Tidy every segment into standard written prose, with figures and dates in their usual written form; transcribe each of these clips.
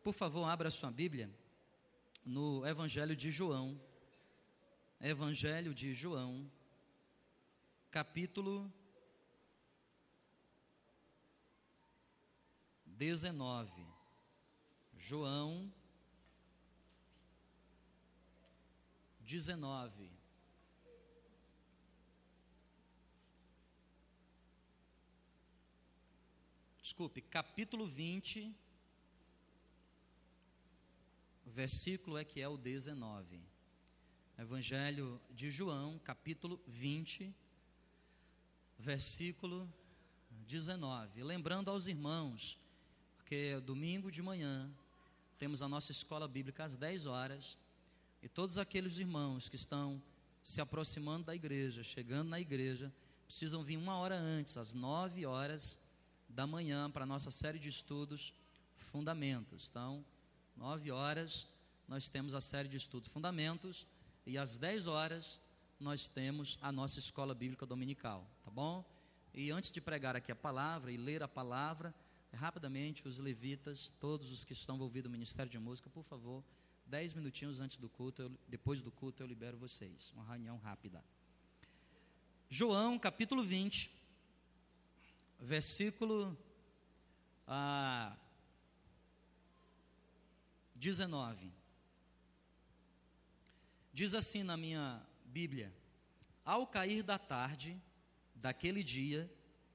Por favor, abra sua Bíblia no Evangelho de João. Evangelho de João, capítulo 19. João 19. Desculpe, capítulo 20, o versículo é que é o 19. Evangelho de João, capítulo 20, versículo 19. Lembrando aos irmãos, porque domingo de manhã temos a nossa escola bíblica às 10 horas, e todos aqueles irmãos que estão se aproximando da igreja, chegando na igreja, precisam vir 1 hora antes, às 9 horas da manhã, para a nossa série de estudos Fundamentos. Então, 9 horas nós temos a série de estudos Fundamentos, e às 10 horas nós temos a nossa escola bíblica dominical, tá bom? E antes de pregar aqui a palavra e ler a palavra, rapidamente os levitas, todos os que estão envolvidos no Ministério de Música, por favor, 10 minutinhos antes do culto, depois do culto eu libero vocês, uma reunião rápida. João capítulo 20, versículo 19, diz assim na minha Bíblia: ao cair da tarde daquele dia,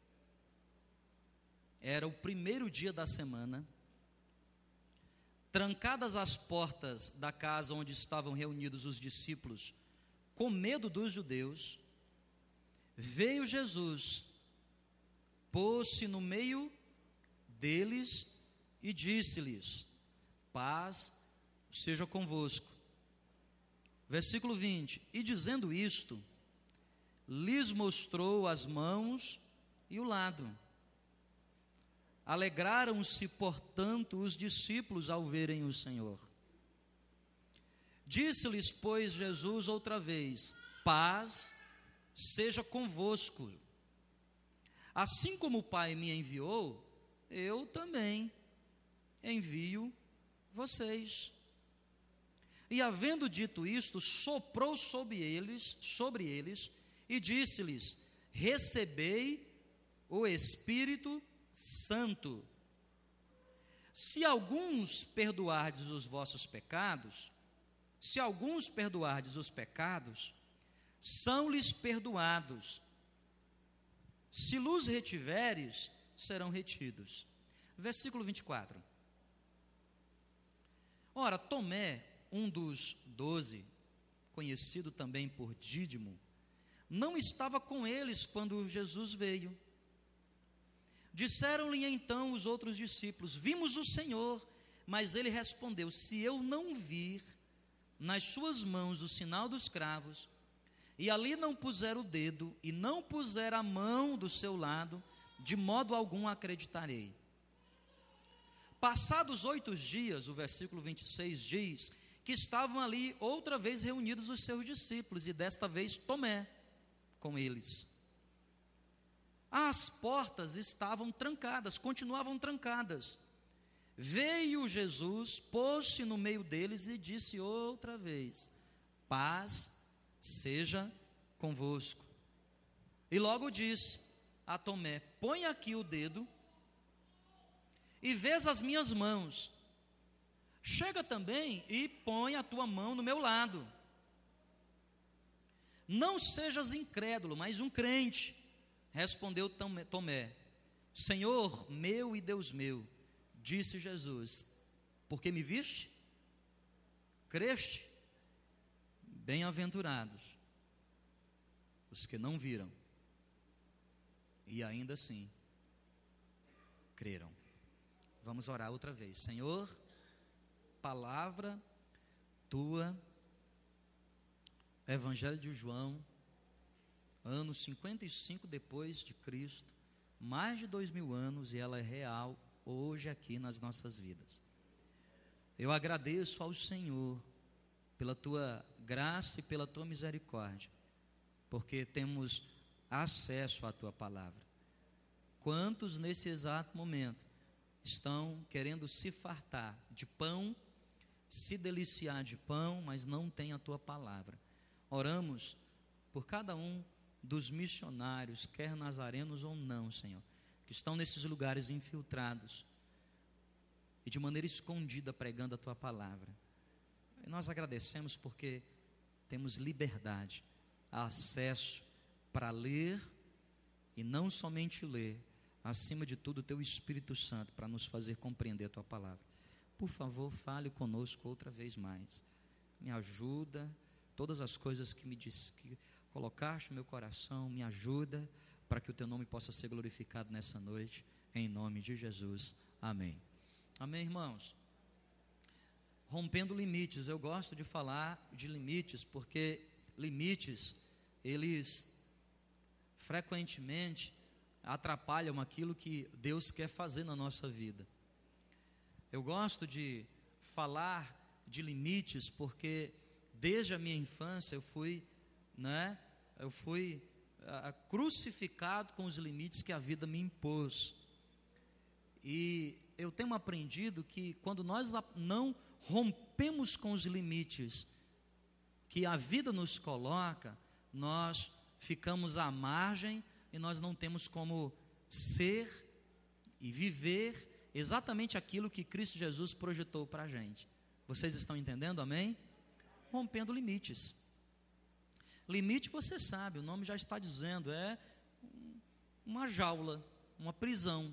era o primeiro dia da semana, trancadas as portas da casa onde estavam reunidos os discípulos, com medo dos judeus, veio Jesus, pôs-se no meio deles e disse-lhes: paz seja convosco. Versículo 20: e dizendo isto, lhes mostrou as mãos e o lado. Alegraram-se, portanto, os discípulos ao verem o Senhor. Disse-lhes, pois, Jesus outra vez: paz seja convosco. Assim como o Pai me enviou, eu também envio vocês. E havendo dito isto, soprou sobre eles e disse-lhes: recebei o Espírito Santo. Se alguns perdoardes os vossos pecados, são-lhes perdoados. Se lhes retiveres, serão retidos. Versículo 24. Ora, Tomé, um dos 12, conhecido também por Dídimo, não estava com eles quando Jesus veio. Disseram-lhe então os outros discípulos: vimos o Senhor. Mas ele respondeu: se eu não vir nas suas mãos o sinal dos cravos, e ali não puser o dedo, e não puser a mão do seu lado, de modo algum acreditarei. Passados 8 dias, o versículo 26 diz, que estavam ali outra vez reunidos os seus discípulos, e desta vez Tomé com eles. As portas estavam trancadas, continuavam trancadas. Veio Jesus, pôs-se no meio deles e disse outra vez: paz seja convosco. E logo disse a Tomé: põe aqui o dedo e vês as minhas mãos. Chega também e põe a tua mão no meu lado. Não sejas incrédulo, mas um crente. Respondeu Tomé: Senhor meu e Deus meu. Disse Jesus: porque me viste? Creste? Bem-aventurados os que não viram e ainda assim creram. Vamos orar outra vez. Senhor, palavra tua, Evangelho de João, ano 55 depois de Cristo, mais de 2000 anos, e ela é real hoje aqui nas nossas vidas. Eu agradeço ao Senhor pela tua graça e pela tua misericórdia, porque temos acesso à tua palavra. Quantos nesse exato momento estão querendo se fartar de pão, se deliciar de pão, mas não tem a tua palavra. Oramos por cada um dos missionários, quer nazarenos ou não, Senhor, que estão nesses lugares infiltrados e de maneira escondida pregando a tua palavra. E nós agradecemos porque temos liberdade, acesso para ler e não somente ler, acima de tudo o teu Espírito Santo para nos fazer compreender a tua palavra. Por favor, fale conosco outra vez mais. Me ajuda, todas as coisas que colocaste no meu coração, me ajuda para que o teu nome possa ser glorificado nessa noite, em nome de Jesus. Amém. Amém, irmãos? Rompendo limites. Eu gosto de falar de limites, porque limites, eles frequentemente atrapalham aquilo que Deus quer fazer na nossa vida. Eu gosto de falar de limites, porque desde a minha infância eu fui crucificado com os limites que a vida me impôs. E eu tenho aprendido que quando nós não rompemos com os limites que a vida nos coloca, nós ficamos à margem e nós não temos como ser e viver exatamente aquilo que Cristo Jesus projetou para a gente. Vocês estão entendendo, amém? Rompendo limites. Limite, você sabe, o nome já está dizendo, é uma jaula, uma prisão.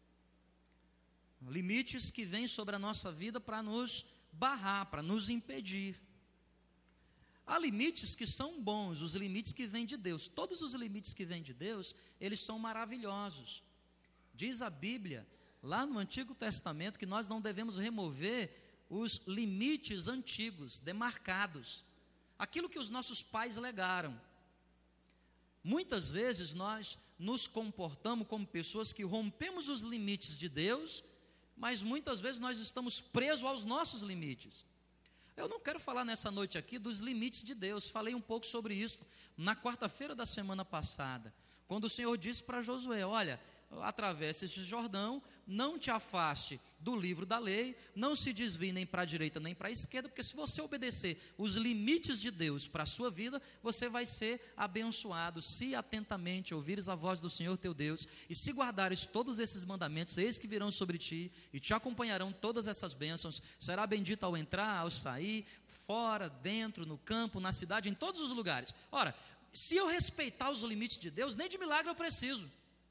Limites que vêm sobre a nossa vida para nos barrar, para nos impedir. Há limites que são bons, os limites que vêm de Deus. Todos os limites que vêm de Deus, eles são maravilhosos. Diz a Bíblia, lá no Antigo Testamento, que nós não devemos remover os limites antigos, demarcados. Aquilo que os nossos pais legaram. Muitas vezes nós nos comportamos como pessoas que rompemos os limites de Deus, mas muitas vezes nós estamos presos aos nossos limites. Eu não quero falar nessa noite aqui dos limites de Deus, falei um pouco sobre isso na quarta-feira da semana passada, quando o Senhor disse para Josué, olha, atravesse esse Jordão, não te afaste do livro da lei, não se desvie nem para a direita nem para a esquerda, porque se você obedecer os limites de Deus para a sua vida, você vai ser abençoado, se atentamente ouvires a voz do Senhor teu Deus, e se guardares todos esses mandamentos, eis que virão sobre ti, e te acompanharão todas essas bênçãos, será bendito ao entrar, ao sair, fora, dentro, no campo, na cidade, em todos os lugares. Ora, se eu respeitar os limites de Deus, nem de milagre eu preciso.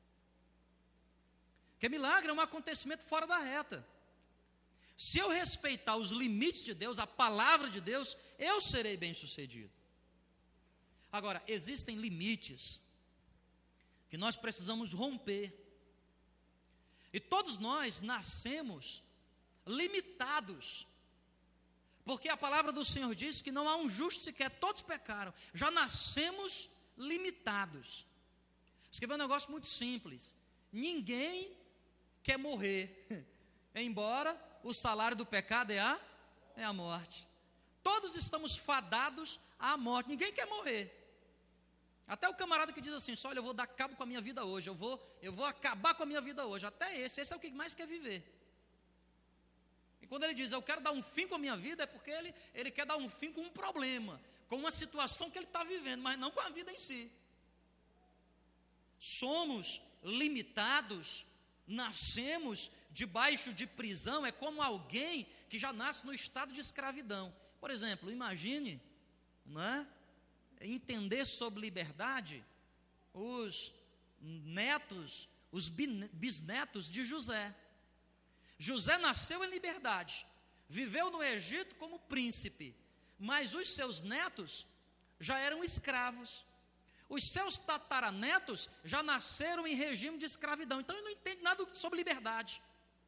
Porque milagre é um acontecimento fora da reta. Se eu respeitar os limites de Deus, a palavra de Deus, eu serei bem-sucedido. Agora, existem limites que nós precisamos romper. E todos nós nascemos limitados. Porque a palavra do Senhor diz que não há um justo sequer, todos pecaram. Já nascemos limitados. Isso aqui é um negócio muito simples. Ninguém quer morrer, embora o salário do pecado é a morte. Todos estamos fadados à morte, ninguém quer morrer. Até o camarada que diz assim, olha, eu vou dar cabo com a minha vida hoje, eu vou acabar com a minha vida hoje, até esse é o que mais quer viver. E quando ele diz, eu quero dar um fim com a minha vida, é porque ele quer dar um fim com um problema, com uma situação que ele está vivendo, mas não com a vida em si. Somos limitados, nascemos debaixo de prisão, é como alguém que já nasce no estado de escravidão. Por exemplo, imagine, entender sobre liberdade os netos, os bisnetos de José. José nasceu em liberdade, viveu no Egito como príncipe, mas os seus netos já eram escravos. Os seus tataranetos já nasceram em regime de escravidão. Então ele não entende nada sobre liberdade.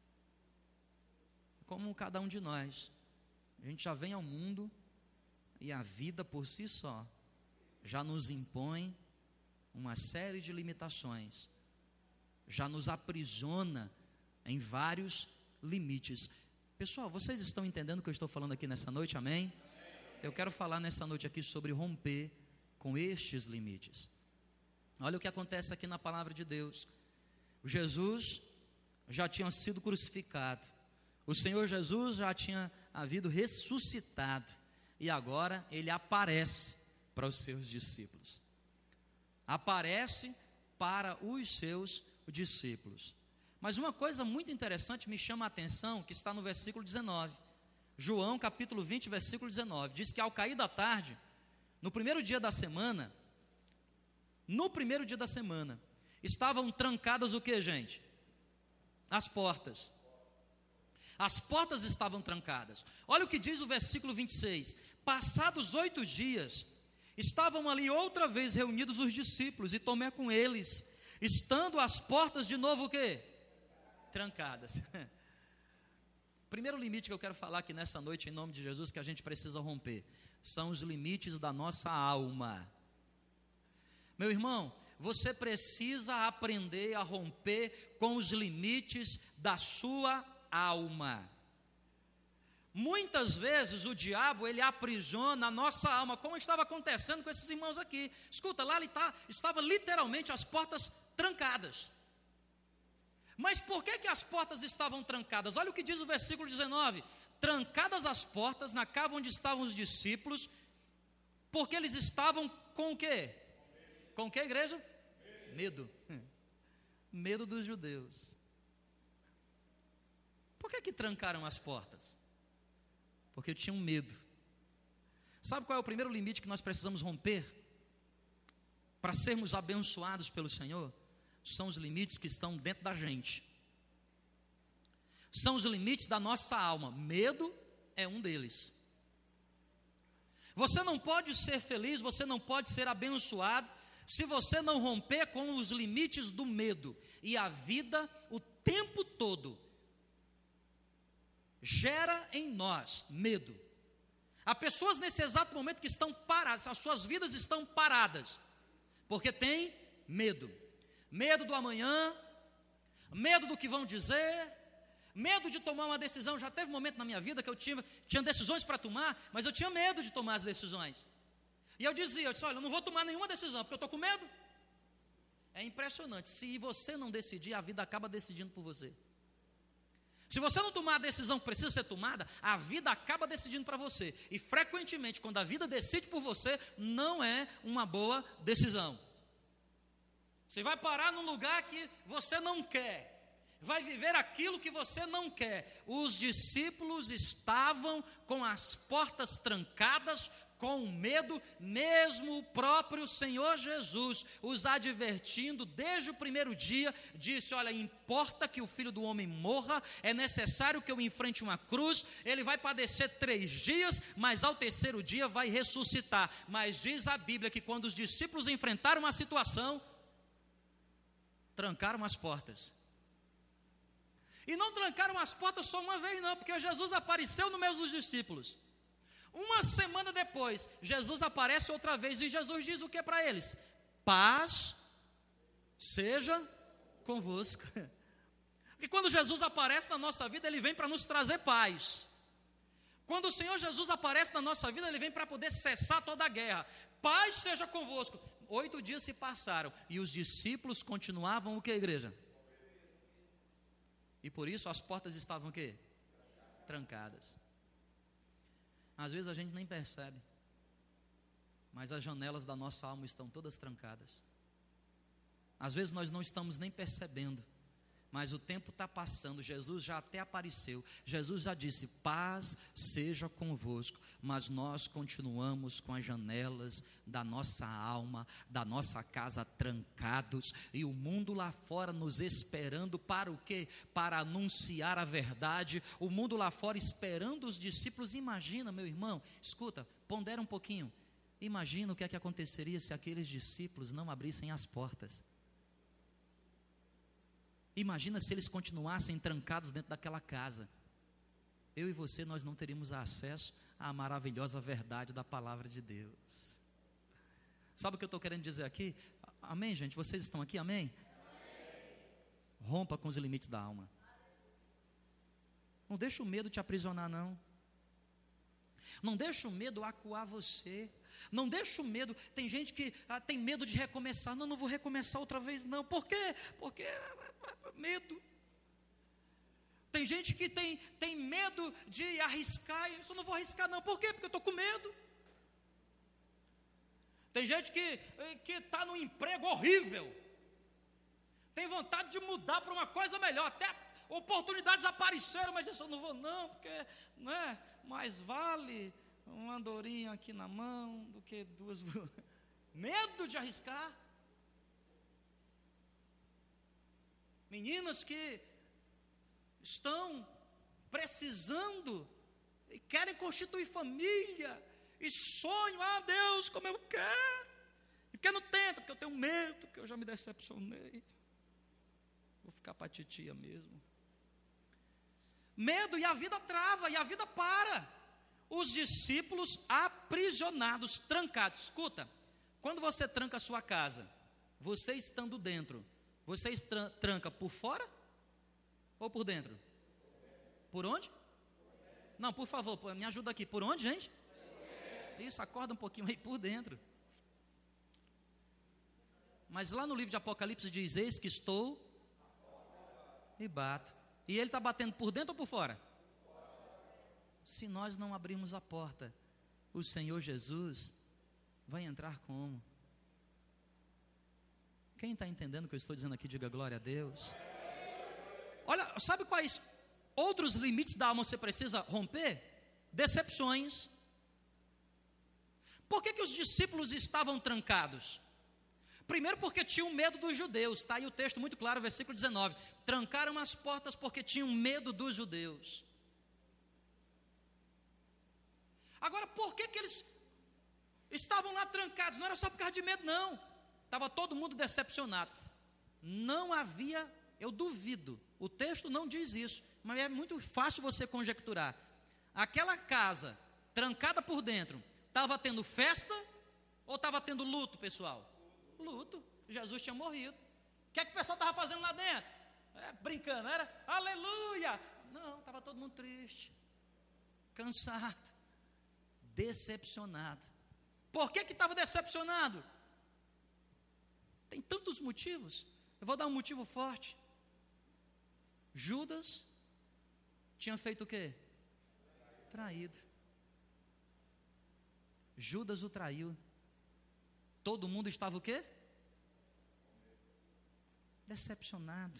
Como cada um de nós, a gente já vem ao mundo e a vida por si só já nos impõe uma série de limitações, já nos aprisiona em vários limites. Pessoal, vocês estão entendendo o que eu estou falando aqui nessa noite, amém? Eu quero falar nessa noite aqui sobre romper com estes limites. Olha o que acontece aqui na palavra de Deus. Jesus já tinha sido crucificado, o Senhor Jesus já tinha havido ressuscitado, e agora ele aparece para os seus discípulos. Aparece para os seus discípulos. Mas uma coisa muito interessante me chama a atenção, que está no versículo 19. João capítulo 20, versículo 19, diz que ao cair da tarde, no primeiro dia da semana, estavam trancadas o que, gente? As portas. As portas estavam trancadas. Olha o que diz o versículo 26. Passados 8 dias, estavam ali outra vez reunidos os discípulos, e Tomé com eles, estando as portas de novo o quê? Trancadas. Primeiro limite que eu quero falar aqui nessa noite, em nome de Jesus, que a gente precisa romper, são os limites da nossa alma. Meu irmão, você precisa aprender a romper com os limites da sua alma. Muitas vezes o diabo, ele aprisiona a nossa alma, como estava acontecendo com esses irmãos aqui. Escuta, lá estava literalmente as portas trancadas. Mas por que as portas estavam trancadas? Olha o que diz o versículo 19. Trancadas as portas na casa onde estavam os discípulos, porque eles estavam com o quê? Com o que, igreja? Medo. Medo dos judeus. Por que trancaram as portas? Porque tinham medo. Sabe qual é o primeiro limite que nós precisamos romper para sermos abençoados pelo Senhor? São os limites que estão dentro da gente. São os limites da nossa alma. Medo é um deles. Você não pode ser feliz, você não pode ser abençoado se você não romper com os limites do medo. E a vida, o tempo todo, gera em nós medo. Há pessoas nesse exato momento que estão paradas, as suas vidas estão paradas, porque tem medo. Medo do amanhã, medo do que vão dizer, medo de tomar uma decisão. Já teve um momento na minha vida que eu tinha decisões para tomar, mas eu tinha medo de tomar as decisões. E eu disse, olha, eu não vou tomar nenhuma decisão, porque eu estou com medo. É impressionante, se você não decidir, a vida acaba decidindo por você. Se você não tomar a decisão que precisa ser tomada, a vida acaba decidindo para você. E frequentemente, quando a vida decide por você, não é uma boa decisão. Você vai parar num lugar que você não quer, vai viver aquilo que você não quer. Os discípulos estavam com as portas trancadas, com medo, mesmo o próprio Senhor Jesus os advertindo desde o primeiro dia, disse, olha, importa que o Filho do Homem morra, é necessário que eu enfrente uma cruz, ele vai padecer 3 dias, mas ao terceiro dia vai ressuscitar. Mas diz a Bíblia que quando os discípulos enfrentaram uma situação, trancaram as portas. E não trancaram as portas só uma vez não, porque Jesus apareceu no meio dos discípulos. Uma semana depois, Jesus aparece outra vez, e Jesus diz o que para eles? Paz seja convosco. E quando Jesus aparece na nossa vida, ele vem para nos trazer paz. Quando o Senhor Jesus aparece na nossa vida, ele vem para poder cessar toda a guerra. Paz seja convosco. 8 dias se passaram, e os discípulos continuavam o que, igreja? E por isso as portas estavam o quê? Trancadas. Às vezes a gente nem percebe, mas as janelas da nossa alma estão todas trancadas. Às vezes nós não estamos nem percebendo, mas o tempo está passando, Jesus já até apareceu, Jesus já disse, paz seja convosco, mas nós continuamos com as janelas da nossa alma, da nossa casa trancados, e o mundo lá fora nos esperando para o quê? Para anunciar a verdade, o mundo lá fora esperando os discípulos. Imagina, meu irmão, escuta, pondera um pouquinho, imagina o que é que aconteceria se aqueles discípulos não abrissem as portas. Imagina se eles continuassem trancados dentro daquela casa. Eu e você, nós não teríamos acesso à maravilhosa verdade da palavra de Deus. Sabe o que eu estou querendo dizer aqui? Amém, gente? Vocês estão aqui, amém? Rompa com os limites da alma. Não deixa o medo te aprisionar, não. Não deixa o medo acuar você. Não deixa o medo. Tem gente que tem medo de recomeçar. Não vou recomeçar outra vez, não. Por quê? Porque medo. Tem gente que tem medo de arriscar, e eu não vou arriscar não. Por quê? Porque eu estou com medo. Tem gente que está num emprego horrível, tem vontade de mudar para uma coisa melhor, até oportunidades apareceram, mas eu não vou não, porque não é, mais vale uma andorinha aqui na mão do que duas. Medo de arriscar. Meninas que estão precisando e querem constituir família e sonham, Deus, como eu quero, e porque não tenta, porque eu tenho medo, porque eu já me decepcionei, vou ficar para a titia mesmo. Medo, e a vida trava, e a vida para. Os discípulos aprisionados, trancados. Escuta, quando você tranca a sua casa, você estando dentro, você tranca por fora ou por dentro? Por onde? Não, por favor, me ajuda aqui. Por onde, gente? Isso, acorda um pouquinho aí, por dentro. Mas lá no livro de Apocalipse diz: eis que estou e bato. E ele está batendo por dentro ou por fora? Se nós não abrirmos a porta, o Senhor Jesus vai entrar como? Quem está entendendo o que eu estou dizendo aqui, diga glória a Deus. Olha, sabe quais outros limites da alma você precisa romper? Decepções. Por que os discípulos estavam trancados? Primeiro porque tinham medo dos judeus, está aí o texto muito claro, versículo 19, trancaram as portas porque tinham medo dos judeus. Agora, por que eles estavam lá trancados? Não era só por causa de medo, não, estava todo mundo decepcionado, não havia, eu duvido, o texto não diz isso, mas é muito fácil você conjecturar, aquela casa, trancada por dentro, estava tendo festa ou estava tendo luto, pessoal? Luto, Jesus tinha morrido. O que é que o pessoal estava fazendo lá dentro? Brincando, era aleluia. Não, estava todo mundo triste, cansado, decepcionado. Por que estava decepcionado? Tem tantos motivos. Eu vou dar um motivo forte. Judas tinha feito o quê? Traído. Judas o traiu. Todo mundo estava o quê? Decepcionado.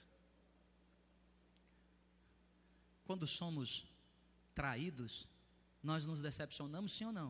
Quando somos traídos, nós nos decepcionamos, sim ou não?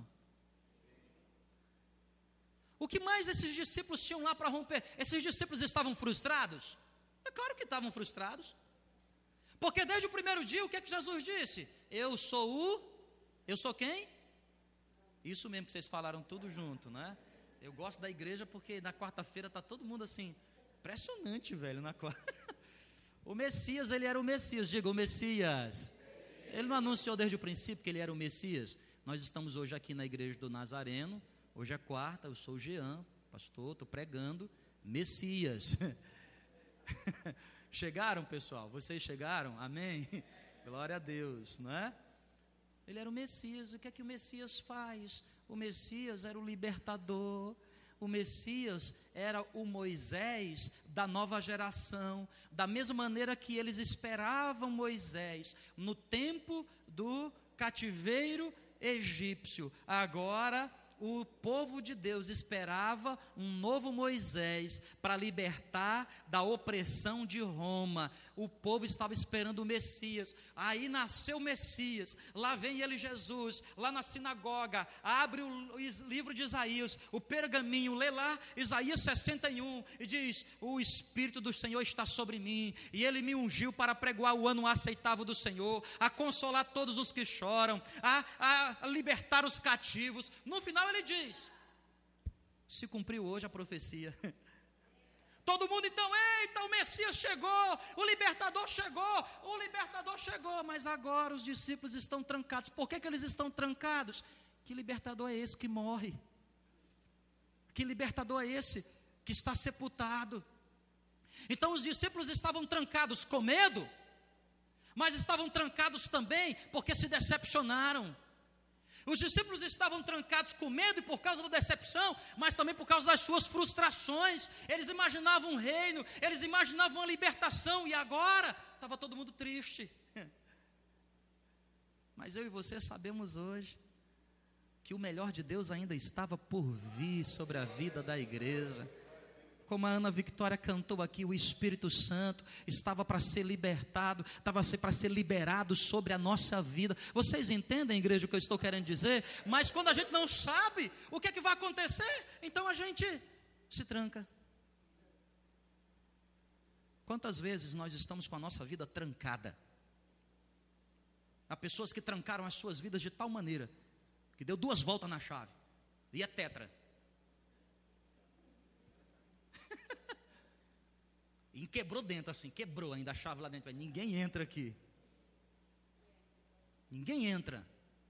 O que mais esses discípulos tinham lá para romper? Esses discípulos estavam frustrados? É claro que estavam frustrados. Porque desde o primeiro dia, o que é que Jesus disse? Eu sou quem? Isso mesmo que vocês falaram tudo junto, né? Eu gosto da igreja porque na quarta-feira está todo mundo assim, impressionante, velho, na quarta. O Messias, ele era o Messias, diga o Messias. Ele não anunciou desde o princípio que ele era o Messias. Nós estamos hoje aqui na igreja do Nazareno, hoje é quarta, eu sou o Jean, pastor, estou pregando Messias. Chegaram, pessoal? Vocês chegaram? Amém? Glória a Deus, não é? Ele era o Messias. O que é que o Messias faz? O Messias era o libertador. O Messias era o Moisés da nova geração, da mesma maneira que eles esperavam Moisés no tempo do cativeiro egípcio. Agora o povo de Deus esperava um novo Moisés para libertar da opressão de Roma. O povo estava esperando o Messias. Aí nasceu o Messias. Lá vem ele, Jesus, lá na sinagoga, abre o livro de Isaías, o pergaminho, lê lá Isaías 61 e diz: o Espírito do Senhor está sobre mim, e ele me ungiu para pregoar o ano aceitável do Senhor, a consolar todos os que choram, a libertar os cativos. No final ele diz: se cumpriu hoje a profecia. Todo mundo então, eita, o Messias chegou, o libertador chegou, mas agora os discípulos estão trancados. Por que eles estão trancados? Que libertador é esse que morre? Que libertador é esse que está sepultado? Então os discípulos estavam trancados com medo, mas estavam trancados também porque se decepcionaram. Os discípulos estavam trancados com medo e por causa da decepção, mas também por causa das suas frustrações. Eles imaginavam um reino, eles imaginavam uma libertação, e agora estava todo mundo triste. Mas eu e você sabemos hoje que o melhor de Deus ainda estava por vir sobre a vida da igreja. Como a Ana Victória cantou aqui, o Espírito Santo estava para ser libertado, estava para ser liberado sobre a nossa vida. Vocês entendem, igreja, o que eu estou querendo dizer? Mas quando a gente não sabe o que é que vai acontecer, então a gente se tranca. Quantas vezes nós estamos com a nossa vida trancada? Há pessoas que trancaram as suas vidas de tal maneira que deu 2 voltas na chave, e é tetra. E quebrou dentro assim, quebrou ainda a chave lá dentro. Ninguém entra aqui. Ninguém entra.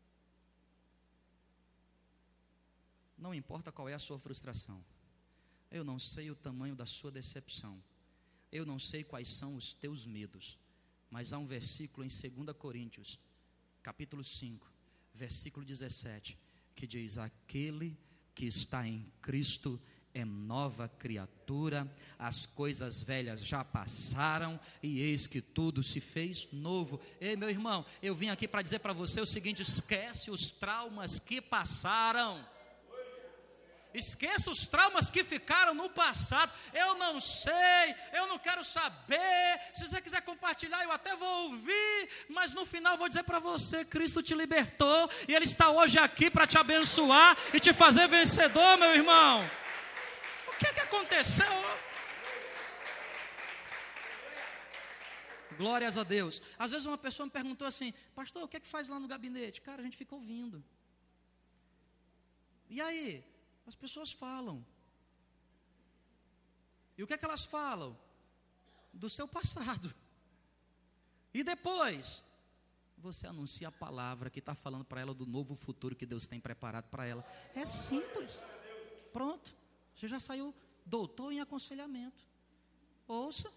Não importa qual é a sua frustração. Eu não sei o tamanho da sua decepção. Eu não sei quais são os teus medos. Mas há um versículo em 2 Coríntios, capítulo 5, versículo 17, que diz: aquele que está em Cristo é nova criatura, as coisas velhas já passaram, e eis que tudo se fez novo. Ei, meu irmão, eu vim aqui para dizer para você o seguinte: esquece os traumas que passaram. Esqueça os traumas que ficaram no passado. Eu não sei, eu não quero saber. Se você quiser compartilhar, eu até vou ouvir, mas no final eu vou dizer para você: Cristo te libertou, e Ele está hoje aqui para te abençoar e te fazer vencedor, meu irmão. O que aconteceu? Glórias a Deus. Às vezes uma pessoa me perguntou assim: pastor, o que é que faz lá no gabinete? Cara, a gente fica ouvindo. E aí? As pessoas falam. E o que é que elas falam? Do seu passado. E depois, você anuncia a palavra que está falando para ela do novo futuro que Deus tem preparado para ela. É simples. Pronto. Você já saiu doutor em aconselhamento. Ouça.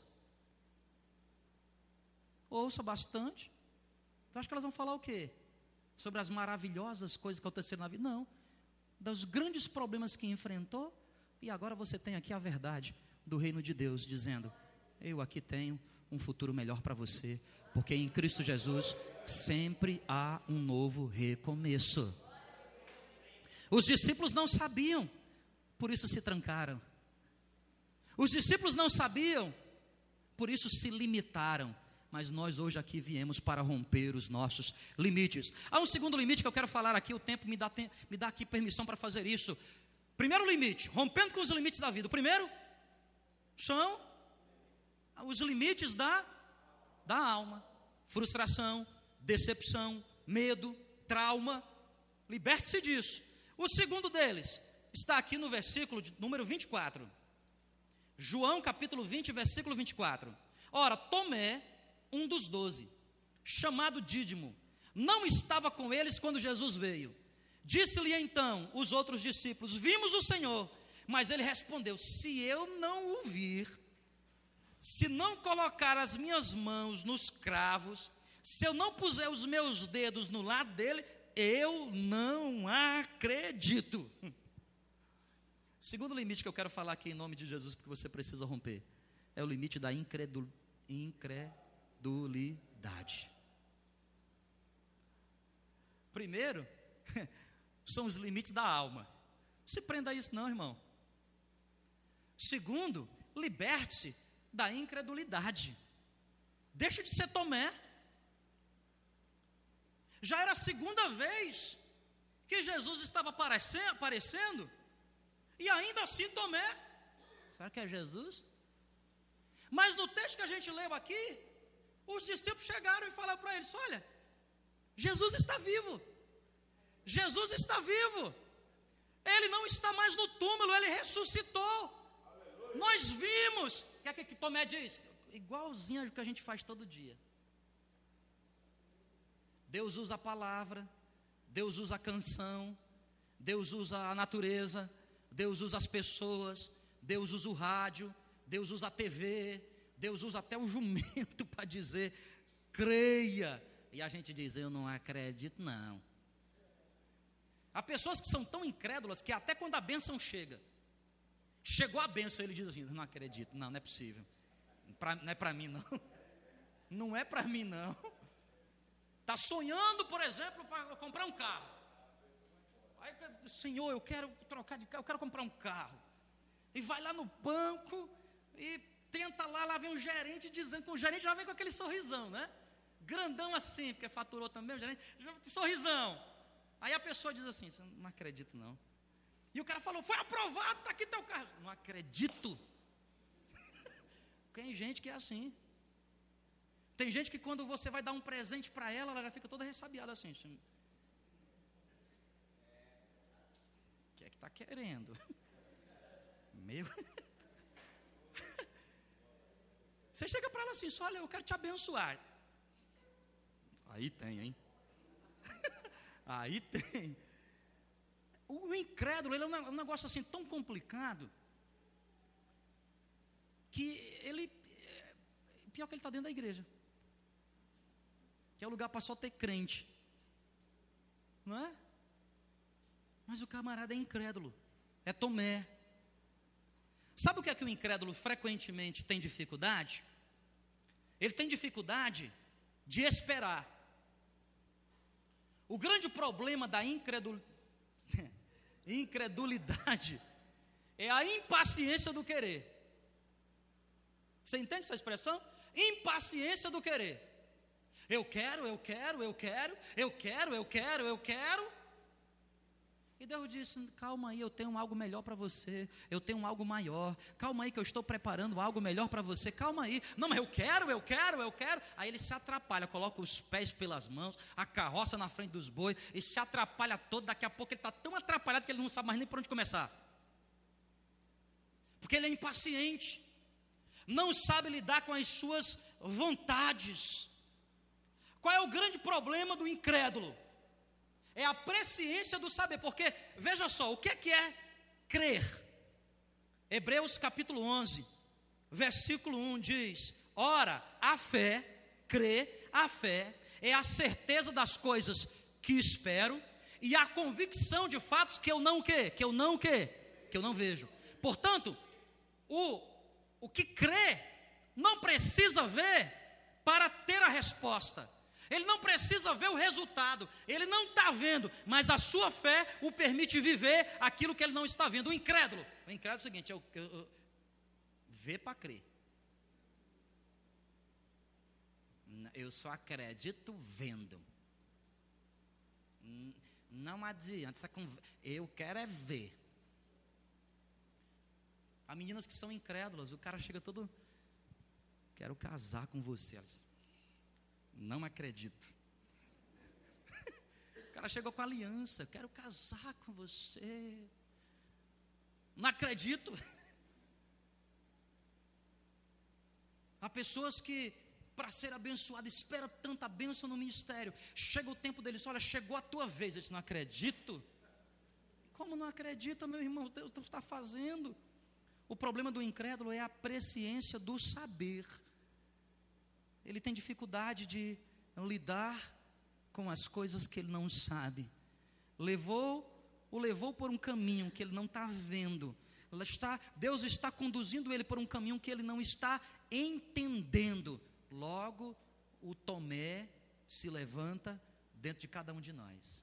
Ouça bastante. Você acha que elas vão falar o quê? Sobre as maravilhosas coisas que aconteceram na vida? Não. Dos grandes problemas que enfrentou, e agora você tem aqui a verdade do reino de Deus, dizendo: eu aqui tenho um futuro melhor para você, porque em Cristo Jesus sempre há um novo recomeço. Os discípulos não sabiam, por isso se trancaram. Os discípulos não sabiam, por isso se limitaram. Mas nós hoje aqui viemos para romper os nossos limites. Há um segundo limite que eu quero falar aqui, o tempo me dá aqui permissão para fazer isso. Primeiro limite, rompendo com os limites da vida. O primeiro são os limites da alma. Frustração, decepção, medo, trauma. Liberte-se disso. O segundo deles está aqui no versículo número 24. João capítulo 20, versículo 24. Ora, Tomé, um dos 12, chamado Dídimo, não estava com eles quando Jesus veio. Disse-lhe então os outros discípulos: vimos o Senhor. Mas ele respondeu: se eu não o vir, se não colocar as minhas mãos nos cravos, se eu não puser os meus dedos no lado dele, eu não acredito. Segundo limite que eu quero falar aqui em nome de Jesus, porque você precisa romper, é o limite da incredulidade. Primeiro, são os limites da alma. Se prenda a isso não, irmão. Segundo, liberte-se da incredulidade. Deixe de ser Tomé. Já era a segunda vez que Jesus estava aparecendo, e ainda assim Tomé: será que é Jesus? Mas no texto que a gente leu aqui, os discípulos chegaram e falaram para eles: olha, Jesus está vivo. Jesus está vivo. Ele não está mais no túmulo, ele ressuscitou. Aleluia. Nós vimos. O que é que Tomé diz? Igualzinho ao que a gente faz todo dia. Deus usa a palavra, Deus usa a canção, Deus usa a natureza, Deus usa as pessoas, Deus usa o rádio, Deus usa a TV, Deus usa até o jumento para dizer: creia. E a gente diz: eu não acredito não. Há pessoas que são tão incrédulas que até quando a bênção chegou a bênção, ele diz assim: não acredito, não é possível, não é para mim não, não é para mim não. Está sonhando, por exemplo, para comprar um carro. Aí, Senhor, eu quero trocar de carro, eu quero comprar um carro. E vai lá no banco e tenta lá vem um gerente dizendo que o gerente já vem com aquele sorrisão, né? Grandão assim, porque faturou também o gerente, sorrisão. Aí a pessoa diz assim, não acredito não. E o cara falou, foi aprovado, está aqui teu carro. Não acredito. Tem gente que é assim. Tem gente que quando você vai dar um presente para ela já fica toda ressabiada assim. O que é que está querendo? Meu... Você chega para ela assim, olha, eu quero te abençoar. Aí tem, hein? Aí tem. O incrédulo, ele é um negócio assim tão complicado, que ele, pior que ele está dentro da igreja, que é o lugar para só ter crente, não é? Mas o camarada é incrédulo, é Tomé. Sabe o que é que o incrédulo frequentemente tem dificuldade? Ele tem dificuldade de esperar. O grande problema da incredulidade é a impaciência do querer. Você entende essa expressão? Impaciência do querer. Eu quero. E Deus disse, calma aí, eu tenho algo melhor para você, eu tenho algo maior, calma aí que eu estou preparando algo melhor para você, calma aí, não, mas eu quero, aí ele se atrapalha, coloca os pés pelas mãos, a carroça na frente dos bois, e se atrapalha todo, daqui a pouco ele está tão atrapalhado que ele não sabe mais nem por onde começar, porque ele é impaciente, não sabe lidar com as suas vontades. Qual é o grande problema do incrédulo? É a presciência do saber, porque, veja só, o que é crer? Hebreus capítulo 11, versículo 1 diz, ora, a fé é a certeza das coisas que espero e a convicção de fatos que eu não vejo. Portanto, o que crê não precisa ver para ter a resposta. Ele não precisa ver o resultado, ele não está vendo, mas a sua fé o permite viver aquilo que ele não está vendo. O incrédulo é o seguinte, eu vê para crer. Eu só acredito vendo. Não adianta, eu quero é ver. Há meninas que são incrédulas, o cara chega todo, quero casar com você, elas, não acredito. O cara chegou com aliança, quero casar com você, não acredito. Há pessoas que, para ser abençoado, espera tanta bênção no ministério, chega o tempo deles, olha, chegou a tua vez, eles, não acredito. Como não acredita, meu irmão, Deus está fazendo. O problema do incrédulo é a presciência do saber. Ele tem dificuldade de lidar com as coisas que ele não sabe. O levou por um caminho que ele não está vendo. Deus está conduzindo ele por um caminho que ele não está entendendo. Logo, o Tomé se levanta dentro de cada um de nós.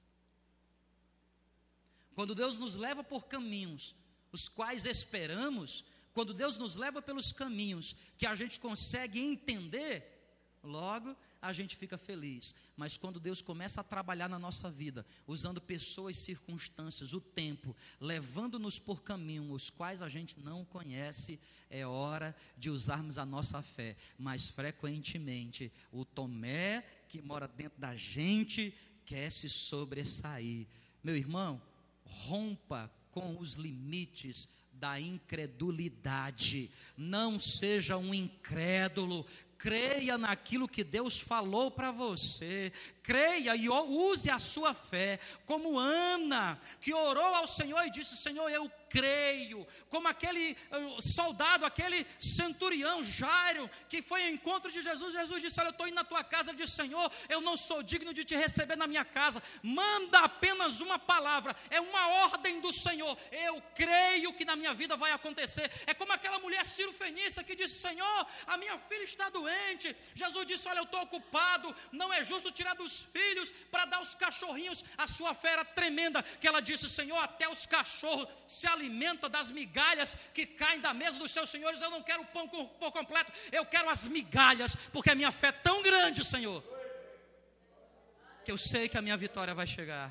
Quando Deus nos leva por caminhos os quais esperamos, quando Deus nos leva pelos caminhos que a gente consegue entender, logo a gente fica feliz. Mas quando Deus começa a trabalhar na nossa vida, usando pessoas, circunstâncias, o tempo, levando-nos por caminhos os quais a gente não conhece, é hora de usarmos a nossa fé. Mas frequentemente o Tomé que mora dentro da gente quer se sobressair. Meu irmão, rompa com os limites da incredulidade. Não seja um incrédulo. Creia naquilo que Deus falou para você, creia e use a sua fé, como Ana, que orou ao Senhor e disse, Senhor, eu creio, como aquele soldado, aquele centurião, Jairo, que foi ao encontro de Jesus, Jesus disse, olha, eu estou indo na tua casa, ele disse, Senhor, eu não sou digno de te receber na minha casa, manda apenas uma palavra, é uma ordem do Senhor, eu creio que na minha vida vai acontecer. É como aquela mulher Ciro Fenícia que disse, Senhor, a minha filha está doente, doente. Jesus disse: olha, eu estou ocupado, não é justo tirar dos filhos para dar aos cachorrinhos. A sua fé era tremenda, que ela disse: Senhor, até os cachorros se alimentam das migalhas que caem da mesa dos seus senhores. Eu não quero o pão por completo, eu quero as migalhas, porque a minha fé é tão grande, Senhor, que eu sei que a minha vitória vai chegar.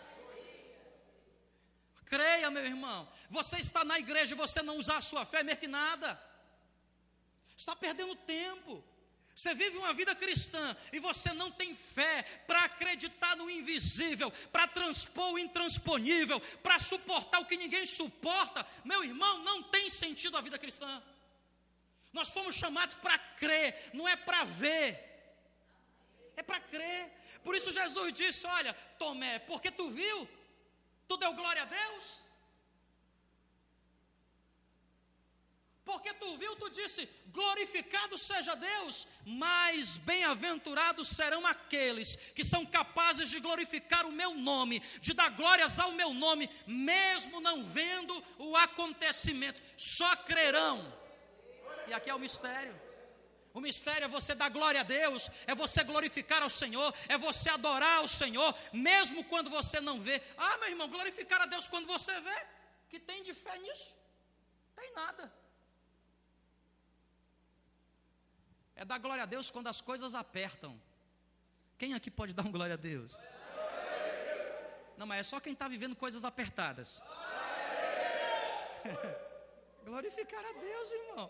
Creia, meu irmão. Você está na igreja e você não usar a sua fé, mesmo que nada. Está perdendo tempo. Você vive uma vida cristã e você não tem fé para acreditar no invisível, para transpor o intransponível, para suportar o que ninguém suporta. Meu irmão, não tem sentido a vida cristã. Nós fomos chamados para crer, não é para ver. É para crer. Por isso Jesus disse: olha, Tomé, porque tu viu, tu deu glória a Deus? Porque tu viu, tu disse: glorificado seja Deus. Mas bem-aventurados serão aqueles que são capazes de glorificar o meu nome, de dar glórias ao meu nome, mesmo não vendo o acontecimento. Só crerão. E aqui é o mistério. O mistério é você dar glória a Deus, é você glorificar ao Senhor, é você adorar ao Senhor, mesmo quando você não vê. Ah, meu irmão, glorificar a Deus quando você vê. Que tem de fé nisso? Tem nada. É dar glória a Deus quando as coisas apertam. Quem aqui pode dar um glória a Deus? Não, mas é só quem está vivendo coisas apertadas. Glorificar a Deus, irmão.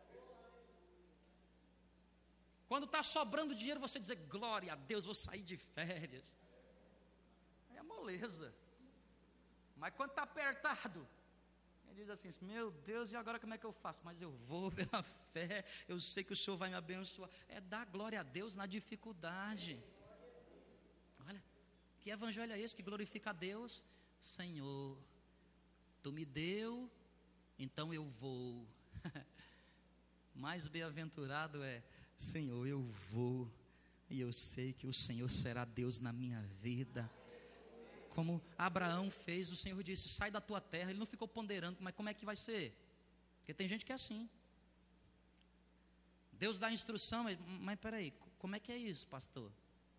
Quando está sobrando dinheiro, você dizer: glória a Deus, vou sair de férias. É moleza. Mas quando está apertado, ele diz assim: meu Deus, e agora como é que eu faço? Mas eu vou pela fé, eu sei que o Senhor vai me abençoar. É dar glória a Deus na dificuldade. Olha, que evangelho é esse que glorifica a Deus? Senhor, tu me deu, então eu vou. Mais bem-aventurado é: Senhor, eu vou, e eu sei que o Senhor será Deus na minha vida. Como Abraão fez, o Senhor disse: sai da tua terra. Ele não ficou ponderando, mas como é que vai ser? Porque tem gente que é assim. Deus dá a instrução, mas peraí, como é que é isso, pastor?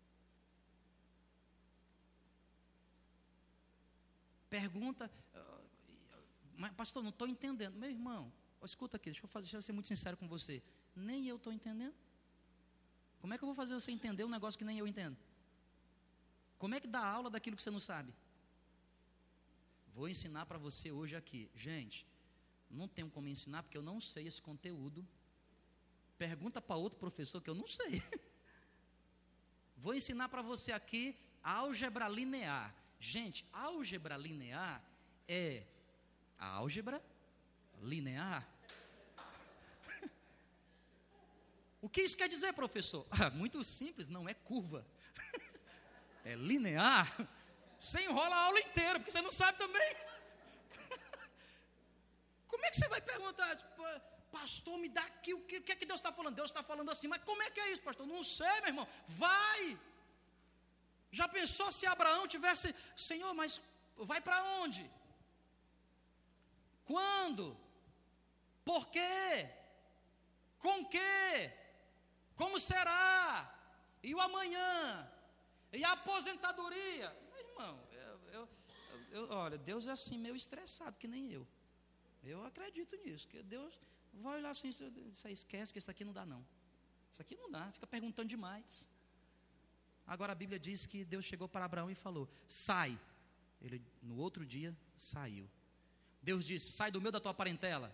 Pergunta, mas pastor, não estou entendendo. Meu irmão, escuta aqui, deixa eu ser muito sincero com você. Nem eu estou entendendo. Como é que eu vou fazer você entender um negócio que nem eu entendo? Como é que dá aula daquilo que você não sabe? Vou ensinar para você hoje aqui. Gente, não tenho como ensinar porque eu não sei esse conteúdo. Pergunta para outro professor que eu não sei. Vou ensinar para você aqui álgebra linear. Gente, álgebra linear é a álgebra linear. O que isso quer dizer, professor? Muito simples, não é curva. É linear. Você enrola a aula inteira, porque você não sabe também. Como é que você vai perguntar: pastor, me dá aqui, o que é que Deus está falando? Deus está falando assim, mas como é que é isso, pastor? Não sei, meu irmão. Vai. Já pensou se Abraão tivesse: Senhor, mas vai para onde? Quando? Por quê? Com quê? Como será? E o amanhã? E a aposentadoria? Meu irmão, olha, Deus é assim meio estressado, que nem eu. Eu acredito nisso, que Deus vai olhar assim: você esquece que isso aqui não dá não. Isso aqui não dá, fica perguntando demais. Agora a Bíblia diz que Deus chegou para Abraão e falou: sai. Ele no outro dia saiu. Deus disse: sai do meio da tua parentela.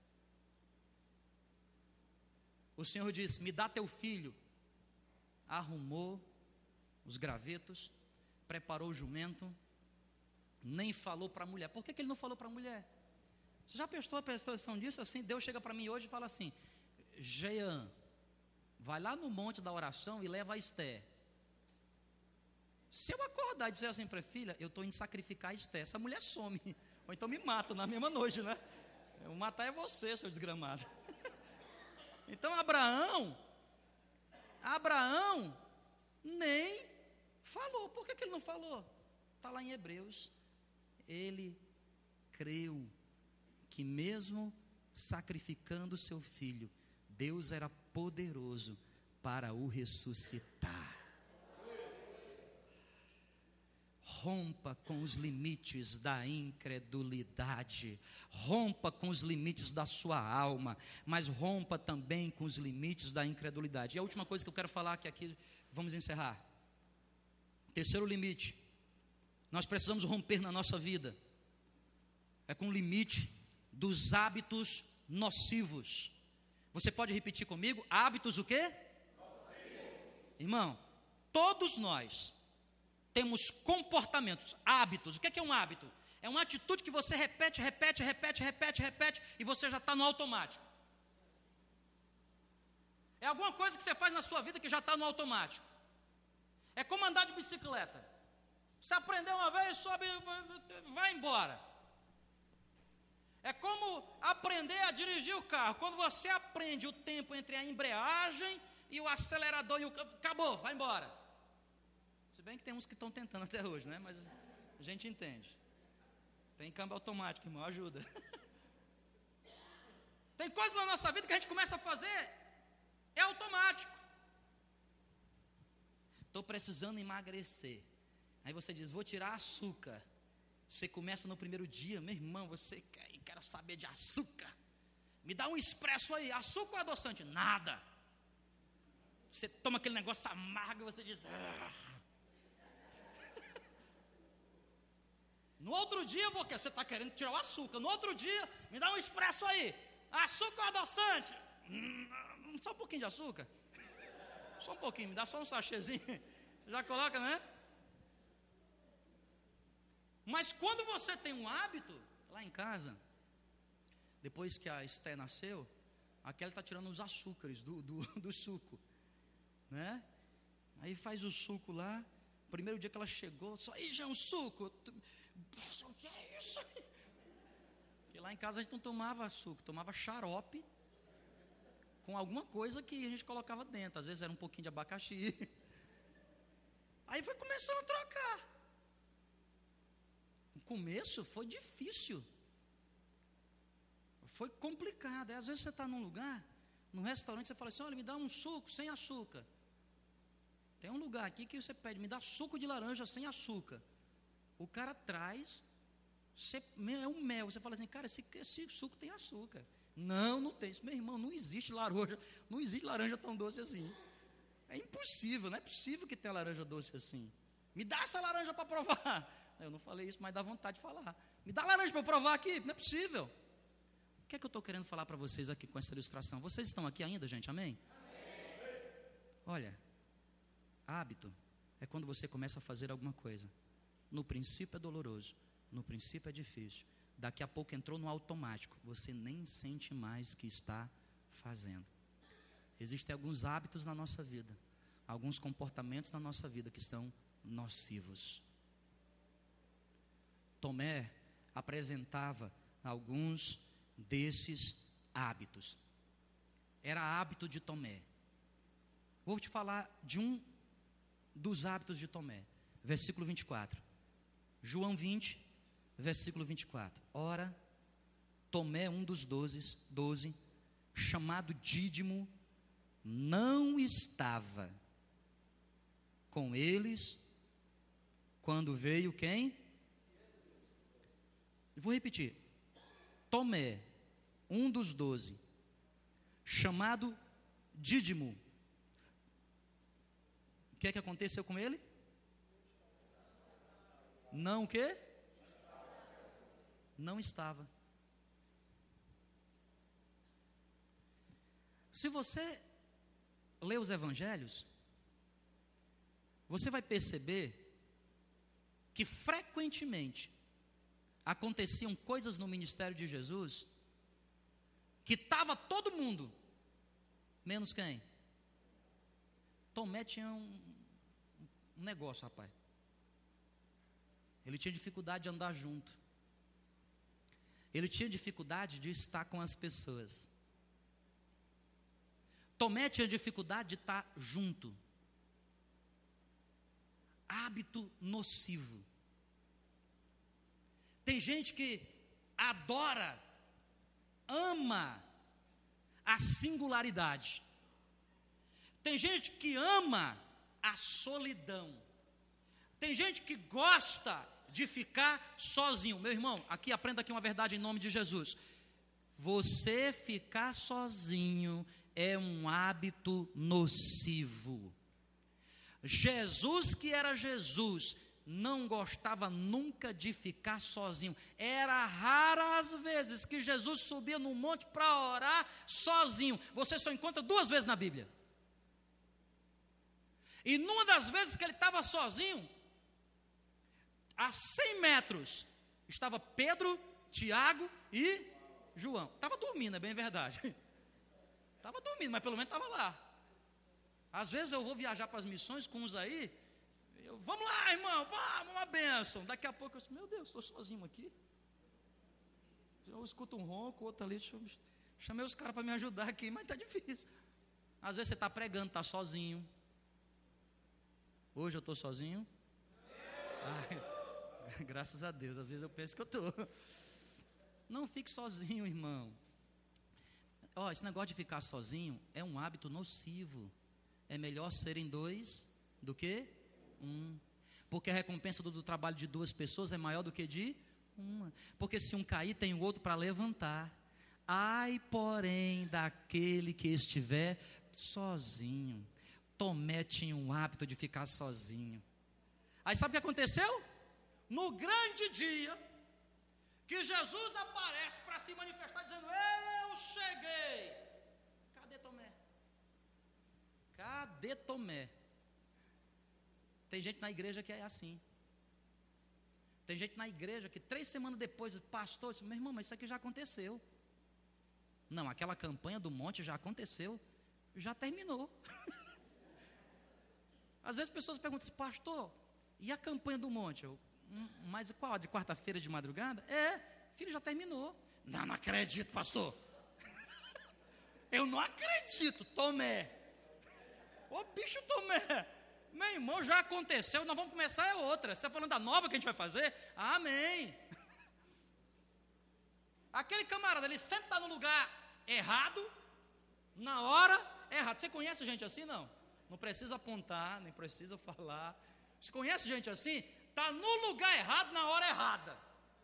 O Senhor disse: me dá teu filho. Arrumou os gravetos, preparou o jumento, nem falou para a mulher. Por que ele não falou para a mulher? Você já prestou atenção disso? Assim, Deus chega para mim hoje e fala assim: Jean, vai lá no monte da oração e leva a Esté. Se eu acordar e dizer assim para a filha: eu estou indo sacrificar a Esté, essa mulher some, ou então me mata na mesma noite, né? Eu vou matar é você, seu desgramado. Então Abraão nem falou. Por que ele não falou? Está lá em Hebreus. Ele creu que mesmo sacrificando seu filho, Deus era poderoso para o ressuscitar. Rompa com os limites da incredulidade, rompa com os limites da sua alma, mas rompa também com os limites da incredulidade. E a última coisa que eu quero falar, que aqui vamos encerrar. Terceiro limite, nós precisamos romper na nossa vida, é com o limite dos hábitos nocivos. Você pode repetir comigo? Hábitos o quê? Nocivos. Irmão, todos nós temos comportamentos, hábitos. O que é um hábito? É uma atitude que você repete, e você já está no automático. É alguma coisa que você faz na sua vida que já está no automático. É como andar de bicicleta. Você aprendeu uma vez, sobe, vai embora. É como aprender a dirigir o carro. Quando você aprende o tempo entre a embreagem e o acelerador, acabou, vai embora. Se bem que tem uns que estão tentando até hoje, né? Mas a gente entende. Tem câmbio automático, irmão, ajuda. Tem coisas na nossa vida que a gente começa a fazer, é automático. Estou precisando emagrecer. Aí você diz, vou tirar açúcar. Você começa no primeiro dia, meu irmão, você quer saber de açúcar. Me dá um expresso aí, açúcar ou adoçante? Nada. Você toma aquele negócio amargo e você diz... No outro dia, você está querendo tirar o açúcar. No outro dia, me dá um expresso aí. Açúcar ou adoçante? Só um pouquinho de açúcar. Só um pouquinho, me dá só um sachêzinho. Já coloca, né? Mas quando você tem um hábito, lá em casa, depois que a Esté nasceu, a Kelly está tirando os açúcares do suco, né? Aí faz o suco lá. Primeiro dia que ela chegou, só, já é um suco. O que é isso? Porque lá em casa a gente não tomava suco, tomava xarope com alguma coisa que a gente colocava dentro. Às vezes era um pouquinho de abacaxi. Aí foi começando a trocar. No começo foi difícil. Foi complicado. Aí, às vezes você está num lugar, num restaurante, você fala assim, olha, me dá um suco sem açúcar. Tem um lugar aqui que você pede, me dá suco de laranja sem açúcar. O cara traz, é um mel. Você fala assim, cara, esse suco tem açúcar. Não tem. Meu irmão, não existe laranja tão doce assim. É impossível, não é possível que tenha laranja doce assim. Me dá essa laranja para provar. Eu não falei isso, mas dá vontade de falar. Me dá laranja para provar aqui, não é possível. O que é que eu estou querendo falar para vocês aqui com essa ilustração? Vocês estão aqui ainda, gente? Amém? Olha, hábito é quando você começa a fazer alguma coisa. No princípio é doloroso, no princípio é difícil. Daqui a pouco entrou no automático, você nem sente mais que está fazendo. Existem alguns hábitos na nossa vida, alguns comportamentos na nossa vida que são nocivos. Tomé apresentava alguns desses hábitos. Era hábito de Tomé. Vou te falar de um dos hábitos de Tomé. Versículo 24. João 20, versículo 24. Ora, Tomé, um dos 12, chamado Dídimo, não estava com eles quando veio quem? Vou repetir. Tomé, um dos 12, chamado Dídimo. O que é que aconteceu com ele? Não o quê? Não estava. Se você ler os evangelhos, você vai perceber que frequentemente aconteciam coisas no ministério de Jesus que estava todo mundo, menos quem? Tomé tinha um negócio, rapaz. Ele tinha dificuldade de andar junto. Ele tinha dificuldade de estar com as pessoas. Tomé tinha dificuldade de estar junto. Hábito nocivo. Tem gente que adora, ama a singularidade. Tem gente que ama a solidão. Tem gente que gosta de ficar sozinho. Meu irmão, aqui aprenda aqui uma verdade em nome de Jesus. Você ficar sozinho é um hábito nocivo. Jesus, que era Jesus, não gostava nunca de ficar sozinho. Era raras as vezes que Jesus subia no monte para orar sozinho. Você só encontra 2 vezes na Bíblia. E numa das vezes que ele estava sozinho, a 100 metros, estava Pedro, Tiago e João. Estava dormindo, é bem verdade. Estava dormindo, mas pelo menos estava lá. Às vezes eu vou viajar para as missões com uns aí, vamos lá, irmão, vamos, uma bênção. Daqui a pouco eu disse, meu Deus, estou sozinho aqui. Eu escuto um ronco, outro ali, chamei os caras para me ajudar aqui, mas está difícil. Às vezes você está pregando, está sozinho. Hoje eu estou sozinho. Ai, graças a Deus, às vezes eu penso que eu estou. Não fique sozinho, irmão. Esse negócio de ficar sozinho é um hábito nocivo. É melhor serem 2 do que 1. Porque a recompensa do trabalho de 2 pessoas é maior do que de 1. Porque se um cair, tem o outro para levantar. Ai, porém, daquele que estiver sozinho. Tomé tinha um hábito de ficar sozinho. Aí sabe o que aconteceu? No grande dia, que Jesus aparece para se manifestar, dizendo, eu cheguei. Cadê Tomé? Cadê Tomé? Tem gente na igreja que é assim. Tem gente na igreja que 3 semanas depois, pastor, disse, meu irmão, mas isso aqui já aconteceu. Não, aquela campanha do monte já aconteceu, já terminou. Às vezes pessoas perguntam, pastor, e a campanha do monte? Mas qual? De quarta-feira de madrugada? Filho, já terminou. Não acredito, pastor. Eu não acredito, Tomé. Ô bicho Tomé, meu irmão, já aconteceu, nós vamos começar outra. Você está falando da nova que a gente vai fazer? Amém. Aquele camarada, ele sempre está no lugar errado, na hora errada. Você conhece gente assim? Não precisa apontar, nem precisa falar. Você conhece gente assim? Está no lugar errado, na hora errada.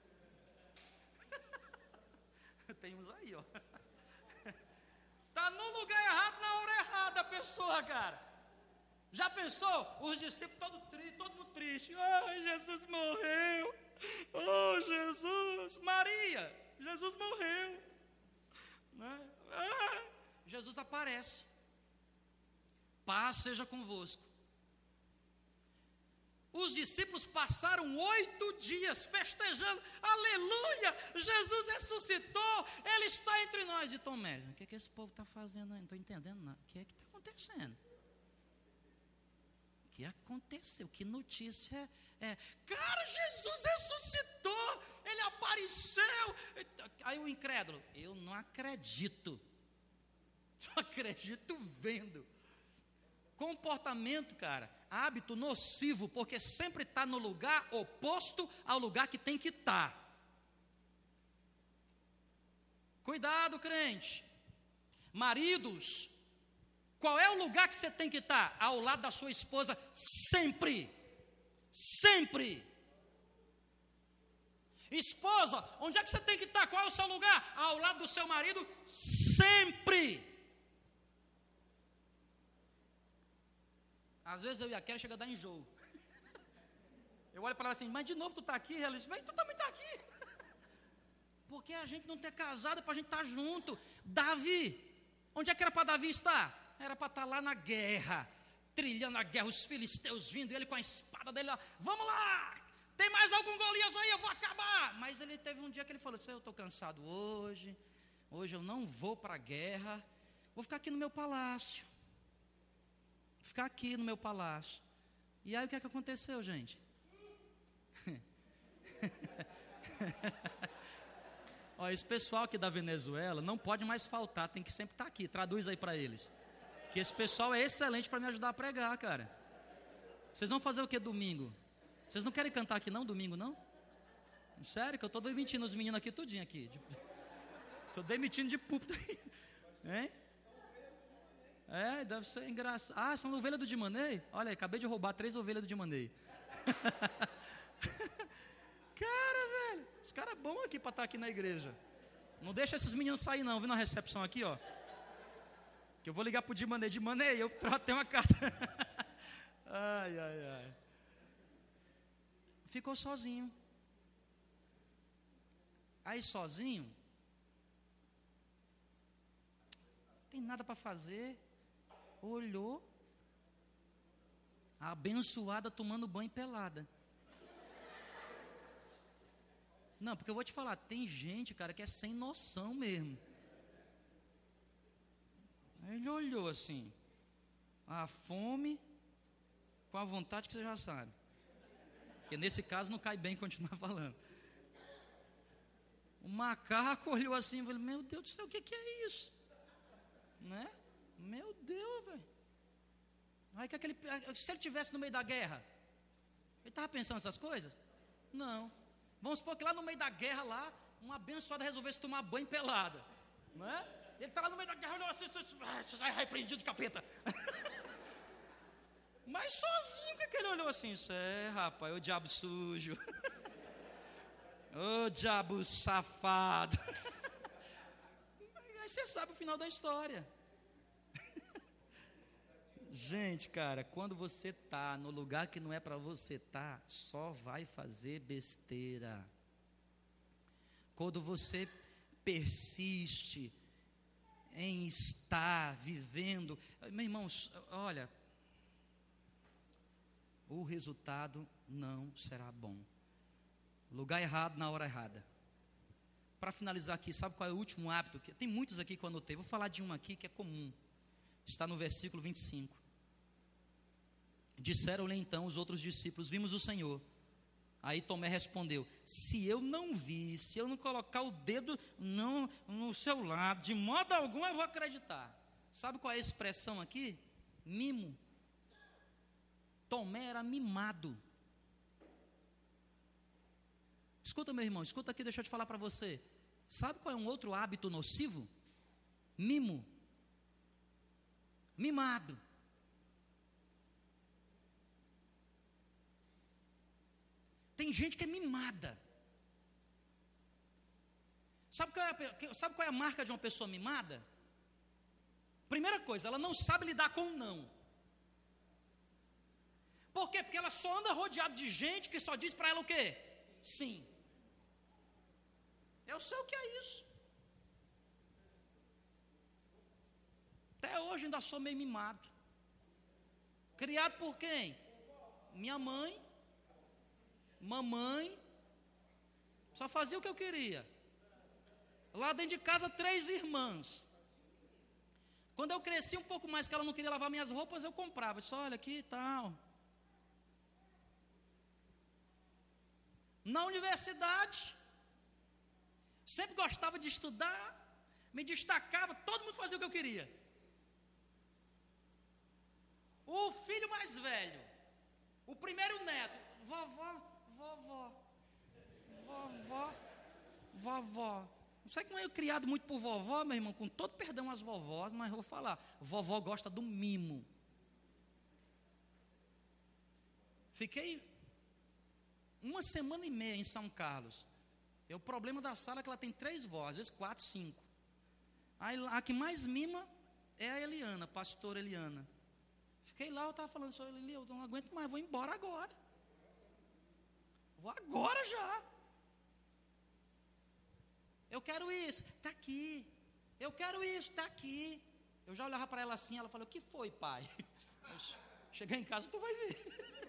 Tem uns aí, ó. Está no lugar errado, na hora errada a pessoa, cara. Já pensou? Os discípulos todo mundo triste. Ai, Jesus morreu. Oh, Jesus. Maria, Jesus morreu. Né? Jesus aparece. Paz seja convosco. Os discípulos passaram 8 dias festejando, aleluia, Jesus ressuscitou, Ele está entre nós. E Tomé, o que esse povo está fazendo? Não estou entendendo nada. O que está acontecendo? O que aconteceu? Que notícia é? Cara, Jesus ressuscitou, Ele apareceu. Aí o incrédulo, eu não acredito, só acredito vendo. Comportamento, cara, hábito nocivo, porque sempre está no lugar oposto ao lugar que tem que estar. Cuidado, crente. Maridos, qual é o lugar que você tem que estar? Ao lado da sua esposa, sempre. Sempre. Esposa, onde é que você tem que estar? Qual é o seu lugar? Ao lado do seu marido, sempre. Às vezes eu e a Kelly chega a dar enjoo. Eu olho para ela assim, mas de novo tu está aqui? Ela diz, mas tu também está aqui. Porque a gente não ter casado é para a gente estar junto. Davi, onde é que era para Davi estar? Era para estar lá na guerra, trilhando a guerra, os filisteus vindo, e ele com a espada dele lá, vamos lá, tem mais algum Golias aí, eu vou acabar. Mas ele teve um dia que ele falou assim, eu estou cansado hoje eu não vou para a guerra, vou ficar aqui no meu palácio. Ficar aqui no meu palácio. E aí o que é que aconteceu, gente? Ó, esse pessoal aqui da Venezuela não pode mais faltar, tem que sempre estar aqui. Traduz aí para eles. Que esse pessoal é excelente para me ajudar a pregar, cara. Vocês vão fazer o que domingo? Vocês não querem cantar aqui não, domingo não? Sério, que eu estou demitindo os meninos aqui tudinho aqui. Estou demitindo de púlpito aí. Hein? Deve ser engraçado. Ah, são ovelhas do Dimanei? Olha aí, acabei de roubar 3 ovelhas do Dimanei. Cara, velho, os caras bons aqui para estar aqui na igreja. Não deixa esses meninos sair não, viu na recepção aqui, ó. Que eu vou ligar pro Dimanei. Dimanei, eu tenho uma carta. Ai. Ficou sozinho. Aí sozinho, tem nada para fazer. Olhou, a abençoada tomando banho pelada. Não, porque eu vou te falar, tem gente, cara, que é sem noção mesmo. Ele olhou assim, a fome com a vontade que você já sabe. Porque nesse caso não cai bem continuar falando. O macaco olhou assim e falou, meu Deus do céu, o que é isso? Né? Meu Deus, velho. Aí que se ele estivesse no meio da guerra, ele estava pensando essas coisas? Não. Vamos supor que lá no meio da guerra, lá, uma abençoada resolvesse tomar banho pelada. Não é? Ele está lá no meio da guerra, olhou assim, você já é repreendido, capeta. Mas sozinho, que ele olhou assim? Isso rapaz, o diabo sujo. Ô diabo safado. Aí você sabe o final da história. Gente, cara, quando você está no lugar que não é para você estar, só vai fazer besteira. Quando você persiste em estar vivendo, meu irmão, olha, o resultado não será bom. Lugar errado na hora errada. Para finalizar aqui, sabe qual é o último hábito? Tem muitos aqui que eu anotei, vou falar de um aqui que é comum. Está no versículo 25. Disseram-lhe então os outros discípulos, vimos o Senhor. Aí Tomé respondeu, se eu não colocar o dedo no seu lado, de modo algum eu vou acreditar. Sabe qual é a expressão aqui? Mimo. Tomé era mimado. Escuta, meu irmão, escuta aqui, deixa eu te falar para você. Sabe qual é um outro hábito nocivo? Mimo. Mimado. Tem gente que é mimada. Sabe qual é a marca de uma pessoa mimada? Primeira coisa, ela não sabe lidar com o não. Por quê? Porque ela só anda rodeada de gente que só diz para ela o quê? Sim. Eu sei o que é isso. Até hoje ainda sou meio mimado. Criado por quem? Minha mãe, mamãe, só fazia o que eu queria. Lá dentro de casa, 3 irmãs. Quando eu cresci um pouco mais, que ela não queria lavar minhas roupas, eu comprava. Eu disse, olha aqui e tal. Na universidade, sempre gostava de estudar, me destacava, todo mundo fazia o que eu queria. O filho mais velho, o primeiro neto, vovó. Não sei que não é criado muito por vovó, meu irmão, com todo perdão às vovós, mas eu vou falar, vovó gosta do mimo. Fiquei 1 semana e meia em São Carlos. O problema da sala é que ela tem 3 vós, às vezes 4, 5. Aí, a que mais mima é a Eliana, a pastora Eliana. Fiquei lá, eu estava falando, senhor Eli, eu não aguento mais, vou embora agora. Vou agora já. Eu quero isso, está aqui. Eu quero isso, está aqui. Eu já olhava para ela assim, ela falou, o que foi, pai? Chegar em casa, tu vai ver.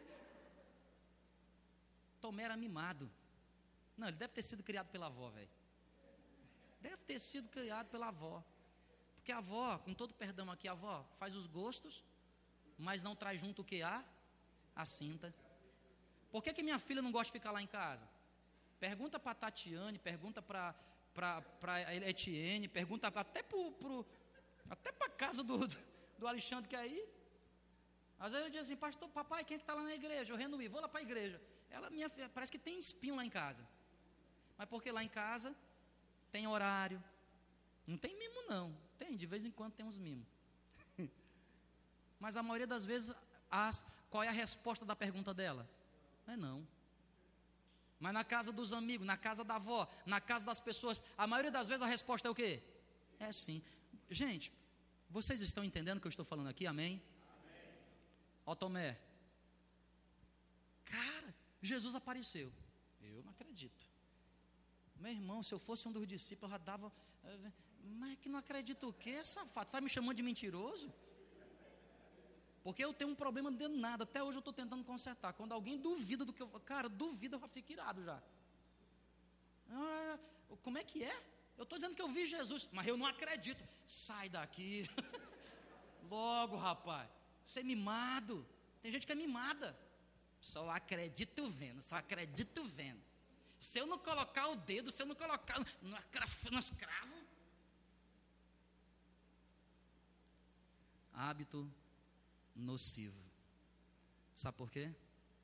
Tomé era mimado. Não, ele deve ter sido criado pela avó, velho. Deve ter sido criado pela avó. Porque a avó, com todo perdão aqui, a avó faz os gostos, mas não traz junto o que há? A cinta. Por que minha filha não gosta de ficar lá em casa? Pergunta para a Tatiane, pergunta para a Etienne, pergunta até para a casa do Alexandre que é aí. Às vezes ele diz assim, pastor, papai, quem é que está lá na igreja? Eu renuí, vou lá para a igreja. Ela, minha filha, parece que tem espinho lá em casa. Mas porque lá em casa tem horário. Não tem mimo não. Tem, de vez em quando tem uns mimos. Mas a maioria das vezes, qual é a resposta da pergunta dela? É não. Mas na casa dos amigos, na casa da avó, na casa das pessoas, a maioria das vezes a resposta é o quê? É sim. Gente, vocês estão entendendo o que eu estou falando aqui? Amém? Ó Tomé, cara, Jesus apareceu. Eu não acredito. Meu irmão, se eu fosse um dos discípulos, eu já dava. Mas que não acredito o quê, safado? Você está me chamando de mentiroso? Porque eu tenho um problema de nada. Até hoje eu estou tentando consertar. Quando alguém duvida do que eu... Cara, duvida, eu já fico irado já. Como é que é? Eu estou dizendo que eu vi Jesus, mas eu não acredito. Sai daqui. Logo, rapaz. Você é mimado. Tem gente que é mimada. Só acredito vendo, só acredito vendo. Se eu não colocar o dedo, se eu não colocar no escravo. Hábito nocivo. Sabe por quê?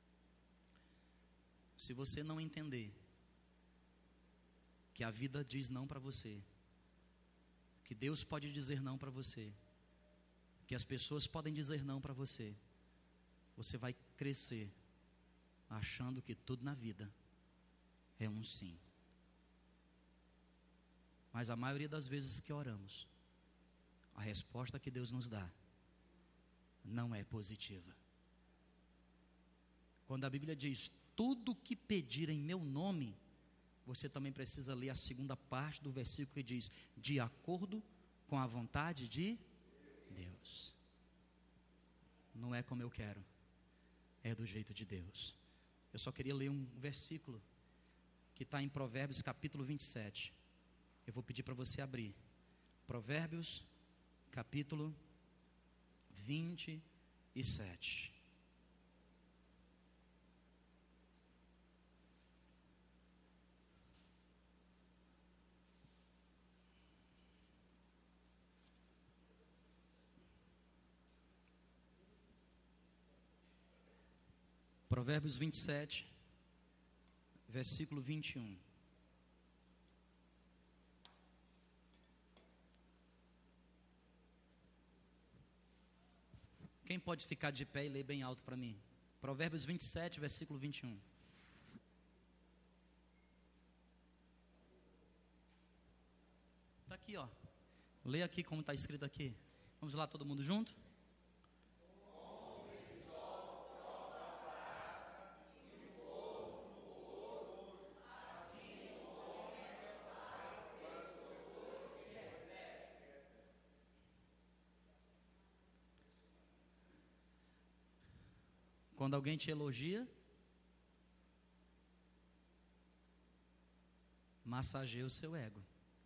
Se você não entender que a vida diz não para você, que Deus pode dizer não para você, que as pessoas podem dizer não para você, você vai crescer achando que tudo na vida é um sim. Mas a maioria das vezes que oramos, a resposta que Deus nos dá não é positiva. Quando a Bíblia diz, tudo que pedir em meu nome, você também precisa ler a segunda parte do versículo que diz, de acordo com a vontade de Deus. Não é como eu quero, é do jeito de Deus. Eu só queria ler um versículo que está em Provérbios capítulo 27. Eu vou pedir para você abrir. Provérbios capítulo 27. Provérbios 27, versículo 21. Quem pode ficar de pé e ler bem alto para mim? Provérbios 27, versículo 21. Está aqui, ó. Lê aqui como está escrito aqui. Vamos lá, todo mundo junto? Quando alguém te elogia, massageia o seu ego.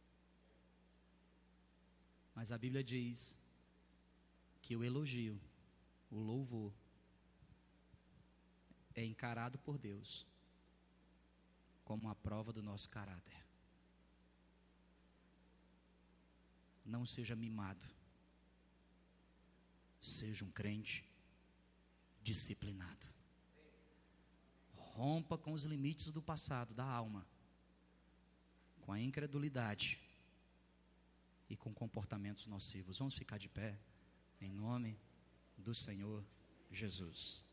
Mas a Bíblia diz que o elogio, o louvor, é encarado por Deus como uma prova do nosso caráter. Não seja mimado. Seja um crente disciplinado. Rompa com os limites do passado, da alma, com a incredulidade e com comportamentos nocivos. Vamos ficar de pé, em nome do Senhor Jesus.